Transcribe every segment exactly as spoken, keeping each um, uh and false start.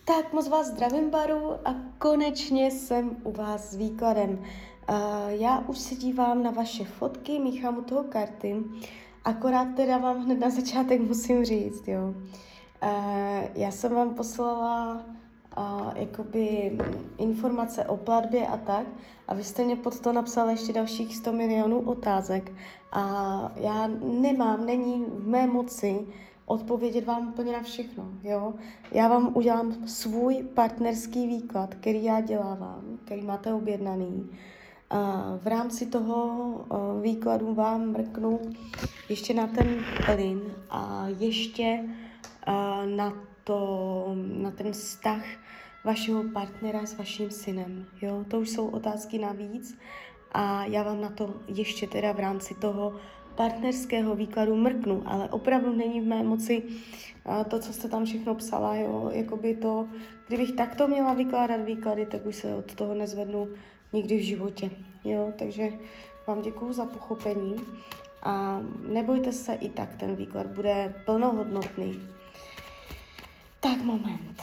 Tak moc vás zdravím, Baru, a konečně jsem u vás s výkladem. Uh, já už se dívám na vaše fotky, míchám u toho karty, akorát teda vám hned na začátek musím říct, jo. Uh, já jsem vám poslala uh, jakoby informace o platbě a tak, a vy jste mě pod to napsal ještě dalších sto milionů otázek a já nemám, není v mé moci odpovědět vám úplně na všechno, jo. Já vám udělám svůj partnerský výklad, který já dělávám, který máte objednaný. A v rámci toho výkladu vám mrknu ještě na ten plyn a ještě na, to, na ten vztah vašeho partnera s vaším synem, jo. To už jsou otázky navíc a já vám na to ještě teda v rámci toho partnerského výkladu mrknu, ale opravdu není v mé moci to, co jste tam všechno psala, jo, jakoby to, kdybych takto měla vykládat výklady, tak už se od toho nezvednu nikdy v životě, jo, takže vám děkuju za pochopení a nebojte se, i tak ten výklad bude plnohodnotný. Tak moment.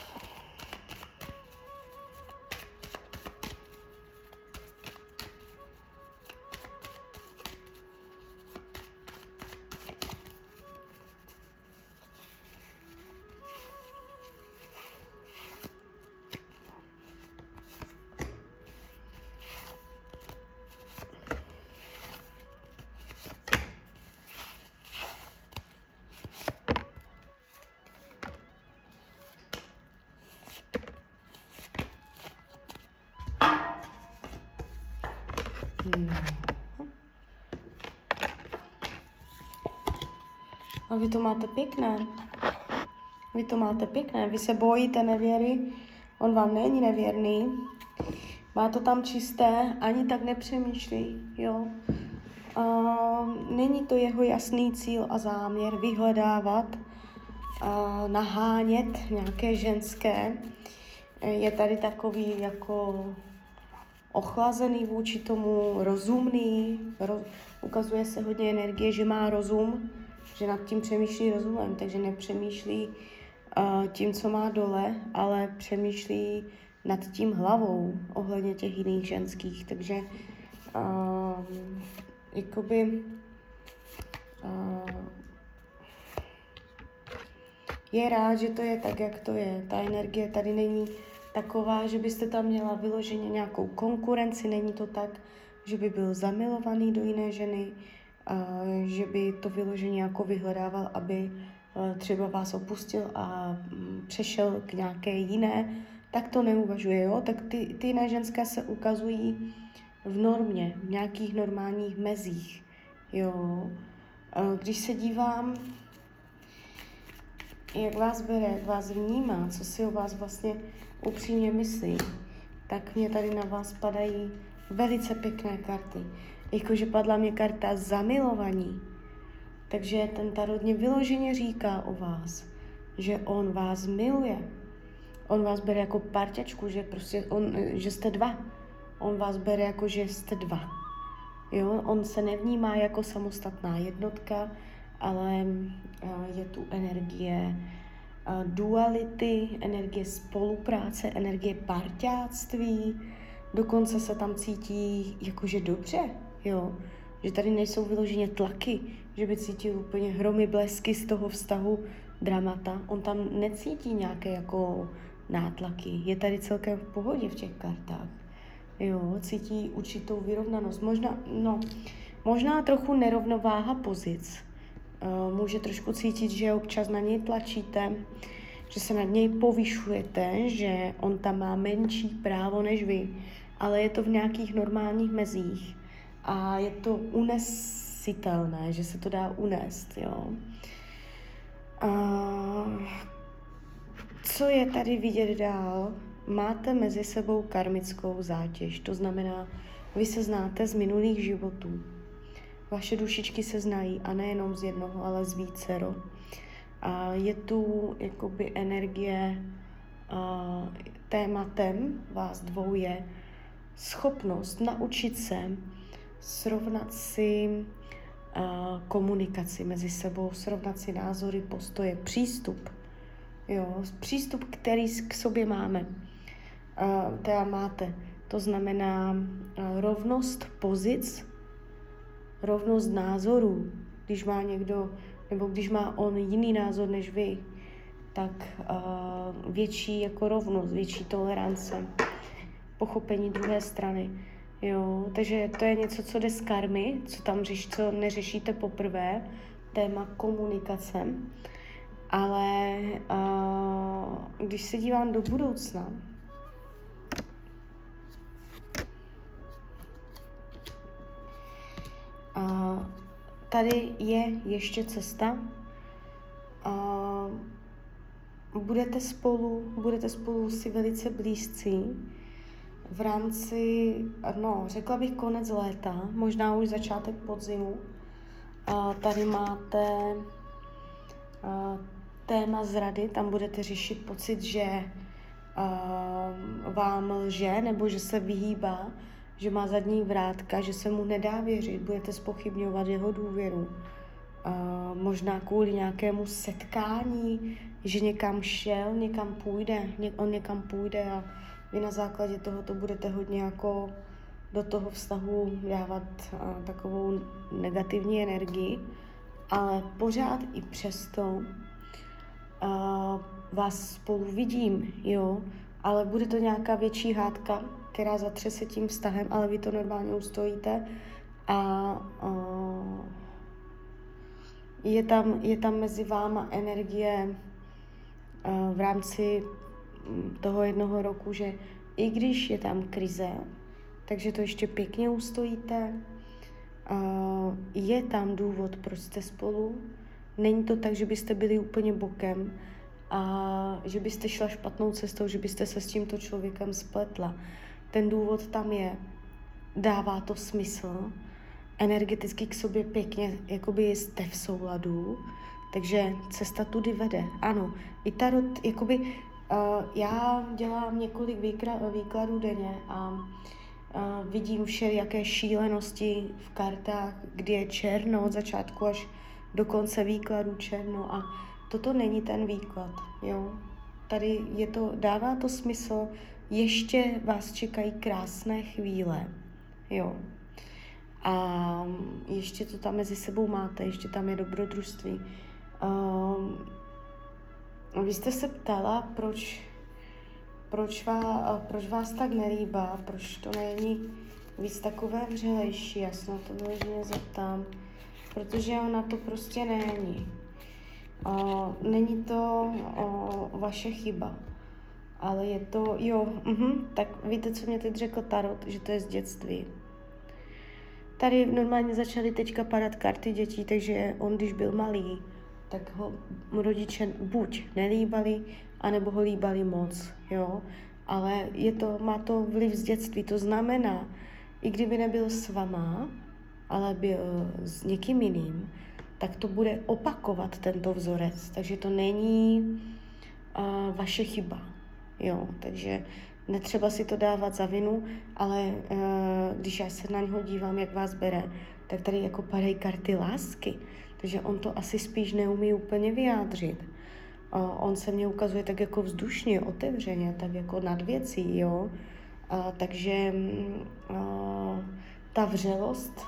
Hmm. A vy to máte pěkné. Vy to máte pěkné. Vy se bojíte nevěry, on vám není nevěrný. Má to tam čisté, ani tak nepřemýšlí, jo. Uh, není to jeho jasný cíl a záměr vyhledávat, uh, nahánět nějaké ženské. Je tady takový jako ochlazený vůči tomu, rozumný, roz, ukazuje se hodně energie, že má rozum, že nad tím přemýšlí rozumem, takže nepřemýšlí uh, tím, co má dole, ale přemýšlí nad tím hlavou ohledně těch jiných ženských, takže uh, jakoby uh, je rád, že to je tak, jak to je. Ta energie tady není taková, že byste tam měla vyloženě nějakou konkurenci, není to tak, že by byl zamilovaný do jiné ženy, uh, že by to vyloženě jako vyhledával, aby uh, třeba vás opustil a um, přešel k nějaké jiné, tak to neuvažuje, jo? Tak ty, ty jiné ženské se ukazují v normě, v nějakých normálních mezích, jo? Uh, když se dívám, jak vás bere, jak vás vnímá, co si o vás vlastně upřímně myslí, tak mě tady na vás padají velice pěkné karty. Jakože padla mě karta zamilovaní. Takže ten tarot mě vyloženě říká o vás, že on vás miluje. On vás bere jako parťačku, že prostě on, že jste dva. On vás bere jako, že jste dva. Jo? On se nevnímá jako samostatná jednotka, ale je tu energie duality, energie spolupráce, energie parťáctví, dokonce se tam cítí jakože dobře, jo, že tady nejsou vyloženě tlaky, že by cítil úplně hromy, blesky z toho vztahu, dramata, on tam necítí nějaké jako nátlaky, je tady celkem v pohodě v těch kartách, jo, cítí určitou vyrovnanost, možná, no, možná trochu nerovnováha pozic. Může trošku cítit, že občas na něj tlačíte, že se nad něj povyšujete, že on tam má menší právo než vy, ale je to v nějakých normálních mezích a je to unesitelné, že se to dá unést, jo. A co je tady vidět dál? Máte mezi sebou karmickou zátěž, to znamená, vy se znáte z minulých životů. Vaše dušičky se znají a nejenom z jednoho, ale z vícero. A je tu jakoby energie, a tématem vás dvou je schopnost naučit se srovnat si a, komunikaci mezi sebou, srovnat si názory, postoje, přístup Jo, přístup, který k sobě máme, uh, teda máte. To znamená uh, rovnost pozic, rovnost názorů. Když má někdo, nebo když má on jiný názor než vy, tak uh, větší jako rovnost, větší tolerance, pochopení druhé strany. Jo, takže to je něco, co jde z karmy, co tam řeš, co neřešíte poprvé, téma komunikace. Ale uh, když se dívám do budoucna, uh, tady je ještě cesta. Uh, budete spolu, budete spolu si velice blízcí v rámci, no, řekla bych konec léta, možná už začátek podzimu. Uh, tady máte uh, téma zrady, tam budete řešit pocit, že uh, vám lže nebo že se vyhýbá, že má zadní vrátka, že se mu nedá věřit, budete zpochybňovat jeho důvěru. Uh, možná kvůli nějakému setkání, že někam šel, někam půjde, ně, on někam půjde a vy na základě toho to budete hodně jako do toho vztahu dávat uh, takovou negativní energii, ale pořád i přesto uh, vás spolu vidím, jo, ale bude to nějaká větší hádka, která zatřese tím vztahem, ale vy to normálně ustojíte a uh, je tam, je tam mezi váma energie uh, v rámci toho jednoho roku, že i když je tam krize, takže to ještě pěkně ustojíte. Uh, je tam důvod, proč jste spolu. Není to tak, že byste byli úplně bokem a že byste šla špatnou cestou, že byste se s tímto člověkem spletla. Ten důvod tam je. Dává to smysl. Energeticky k sobě pěkně, jakoby jste v souladu, takže cesta tudy vede. Ano, i tarot, jakoby uh, já dělám několik výkra- výkladů denně a uh, vidím všelijaké šílenosti v kartách, kdy je černo od začátku až do konce výkladu černo a toto není ten výklad, jo. Tady je to, dává to smysl, ještě vás čekají krásné chvíle, jo. A ještě to tam mezi sebou máte, ještě tam je dobrodružství. Um, vy jste se ptala, proč, proč, vás, proč vás tak nelíbá, proč to není víc takové vřelejší. Já se na to vyloženě zeptám, protože ona to prostě není. Uh, není to uh, vaše chyba, ale je to, jo, uh-huh, tak víte, co mě teď řekl tarot, že to je z dětství. Tady normálně začaly teďka padat karty dětí, takže on, když byl malý, tak ho rodiče buď nelíbali, anebo ho líbali moc, jo. Ale je to, má to vliv z dětství, to znamená, i kdyby nebyl s váma, ale byl s někým jiným, tak to bude opakovat tento vzorec, takže to není uh, vaše chyba, jo. Takže netřeba si to dávat za vinu, ale uh, když já se na něho dívám, jak vás bere, tak tady jako padají karty lásky, takže on to asi spíš neumí úplně vyjádřit. Uh, on se mně ukazuje tak jako vzdušně, otevřeně, tak jako nad věcí, jo. Uh, takže uh, ta vřelost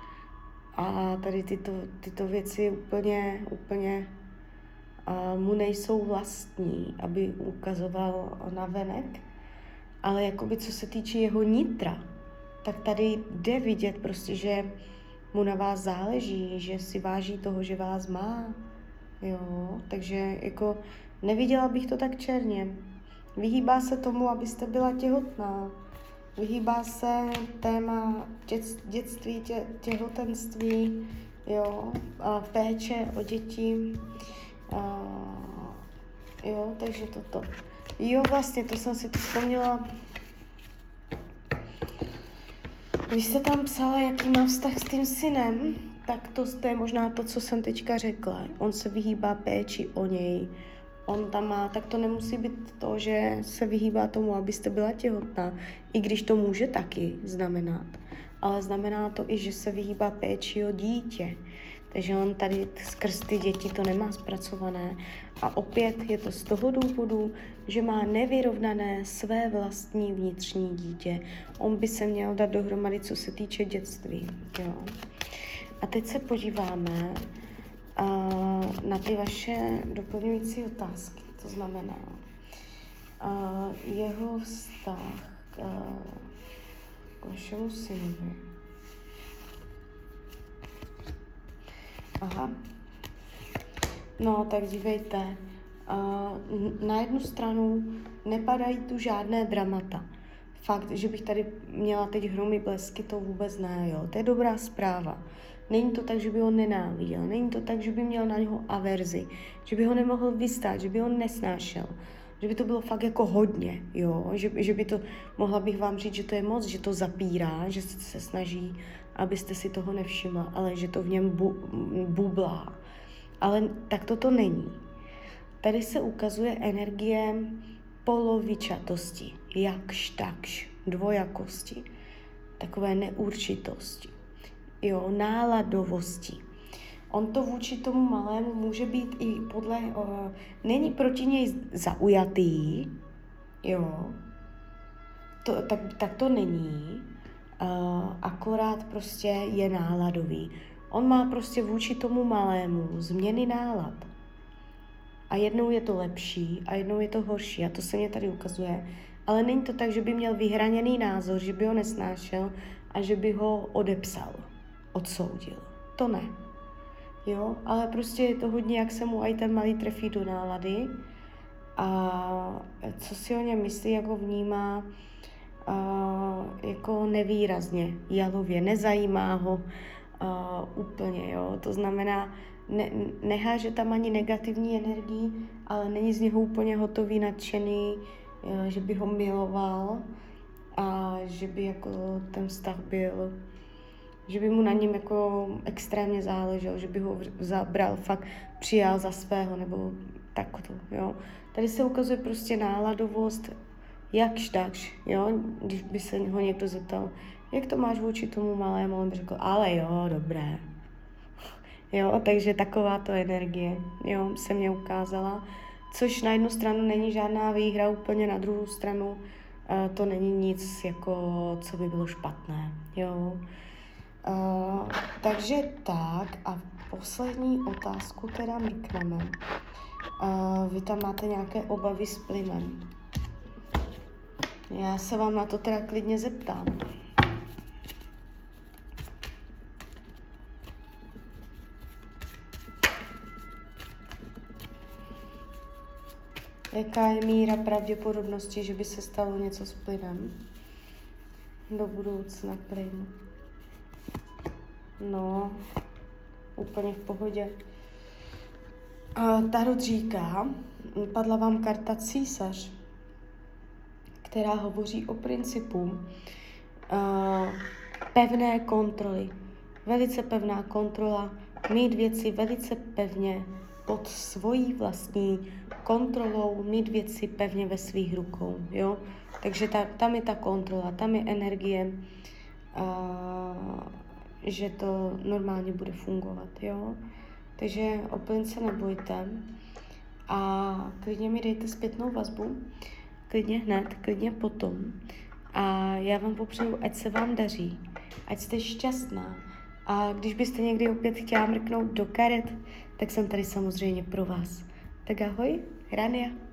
a tady tyto, tyto věci úplně, úplně uh, mu nejsou vlastní, aby ukazoval navenek. Ale jakoby co se týče jeho nitra, tak tady jde vidět prostě, že mu na vás záleží, že si váží toho, že vás má, jo, takže jako neviděla bych to tak černě. Vyhýbá se tomu, abyste byla těhotná, vyhýbá se téma dět, dětství, tě, těhotenství, jo, a péče o děti, a, jo, takže toto. Jo, vlastně, to jsem si to vzpomněla. Vy jste tam psala, jaký má vztah s tím synem, tak to, to je možná to, co jsem teďka řekla. On se vyhýbá péči o něj. On tam má, tak to nemusí být to, že se vyhýbá tomu, abyste byla těhotná, i když to může taky znamenat. Ale znamená to i, že se vyhýbá péči o dítě. Takže on tady skrz ty děti to nemá zpracované. A opět je to z toho důvodu, že má nevyrovnané své vlastní vnitřní dítě. On by se měl dát dohromady, co se týče dětství. Jo. A teď se podíváme uh, na ty vaše doplňující otázky. To znamená uh, jeho vztah uh, k vašemu synovi. Aha. No, tak dívejte. Uh, na jednu stranu nepadají tu žádné dramata. Fakt, že bych tady měla teď hromy blesky, to vůbec ne, jo. To je dobrá zpráva. Není to tak, že by ho nenáviděl, není to tak, že by měl na něho averzi, že by ho nemohl vystát, že by ho nesnášel, že by to bylo fakt jako hodně, jo. Že, že by to, mohla bych vám říct, že to je moc, že to zapírá, že se snaží, abyste si toho nevšimla, ale že to v něm bu, bublá. Ale tak toto není. Tady se ukazuje energie polovičatosti, jakž takž, dvojakosti, takové neurčitosti, jo, náladovosti. On to vůči tomu malému může být i podle, uh, není proti něj zaujatý, jo, to, tak, tak to není, uh, akorát prostě je náladový. On má prostě vůči tomu malému změny nálad. A jednou je to lepší a jednou je to horší. A to se mě tady ukazuje. Ale není to tak, že by měl vyhraněný názor, že by ho nesnášel a že by ho odepsal, odsoudil. To ne. Jo, ale prostě je to hodně, jak se mu aj ten malý trefí do nálady a co si o něm myslí, jak ho vnímá, uh, jako nevýrazně, jalově, nezajímá ho uh, úplně, jo, to znamená, ne, neháže tam ani negativní energii, ale není z něho úplně hotový, nadšený, uh, že by ho miloval a že by jako ten vztah byl, že by mu na něm jako extrémně záležel, že by ho zabral, fakt přijal za svého, nebo takto, jo. Tady se ukazuje prostě náladovost, jakž takž, jo, když by se ho někdo zeptal, jak to máš vůči tomu malému, on by řekl, ale jo, dobré. Jo, takže taková to energie, jo, se mě ukázala, což na jednu stranu není žádná výhra, úplně na druhou stranu uh, to není nic, jako, co by bylo špatné, jo. Uh, takže tak a poslední otázku teda mrkneme. Uh, vy tam máte nějaké obavy s plynem. Já se vám na to teda klidně zeptám. Jaká je míra pravděpodobnosti, že by se stalo něco s plynem do budoucna plyn? No, úplně v pohodě. Uh, Tarot říká, padla vám karta císař, která hovoří o principu uh, pevné kontroly. Velice pevná kontrola, mít věci velice pevně pod svojí vlastní kontrolou, mít věci pevně ve svých rukou, jo. Takže ta, tam je ta kontrola, tam je energie, uh, že to normálně bude fungovat, jo. Takže o plyn se nebojte a klidně mi dejte zpětnou vazbu, klidně hned, klidně potom. A já vám popřeju, ať se vám daří, ať jste šťastná. A když byste někdy opět chtěla mrknout do karet, tak jsem tady samozřejmě pro vás. Tak ahoj, Rania.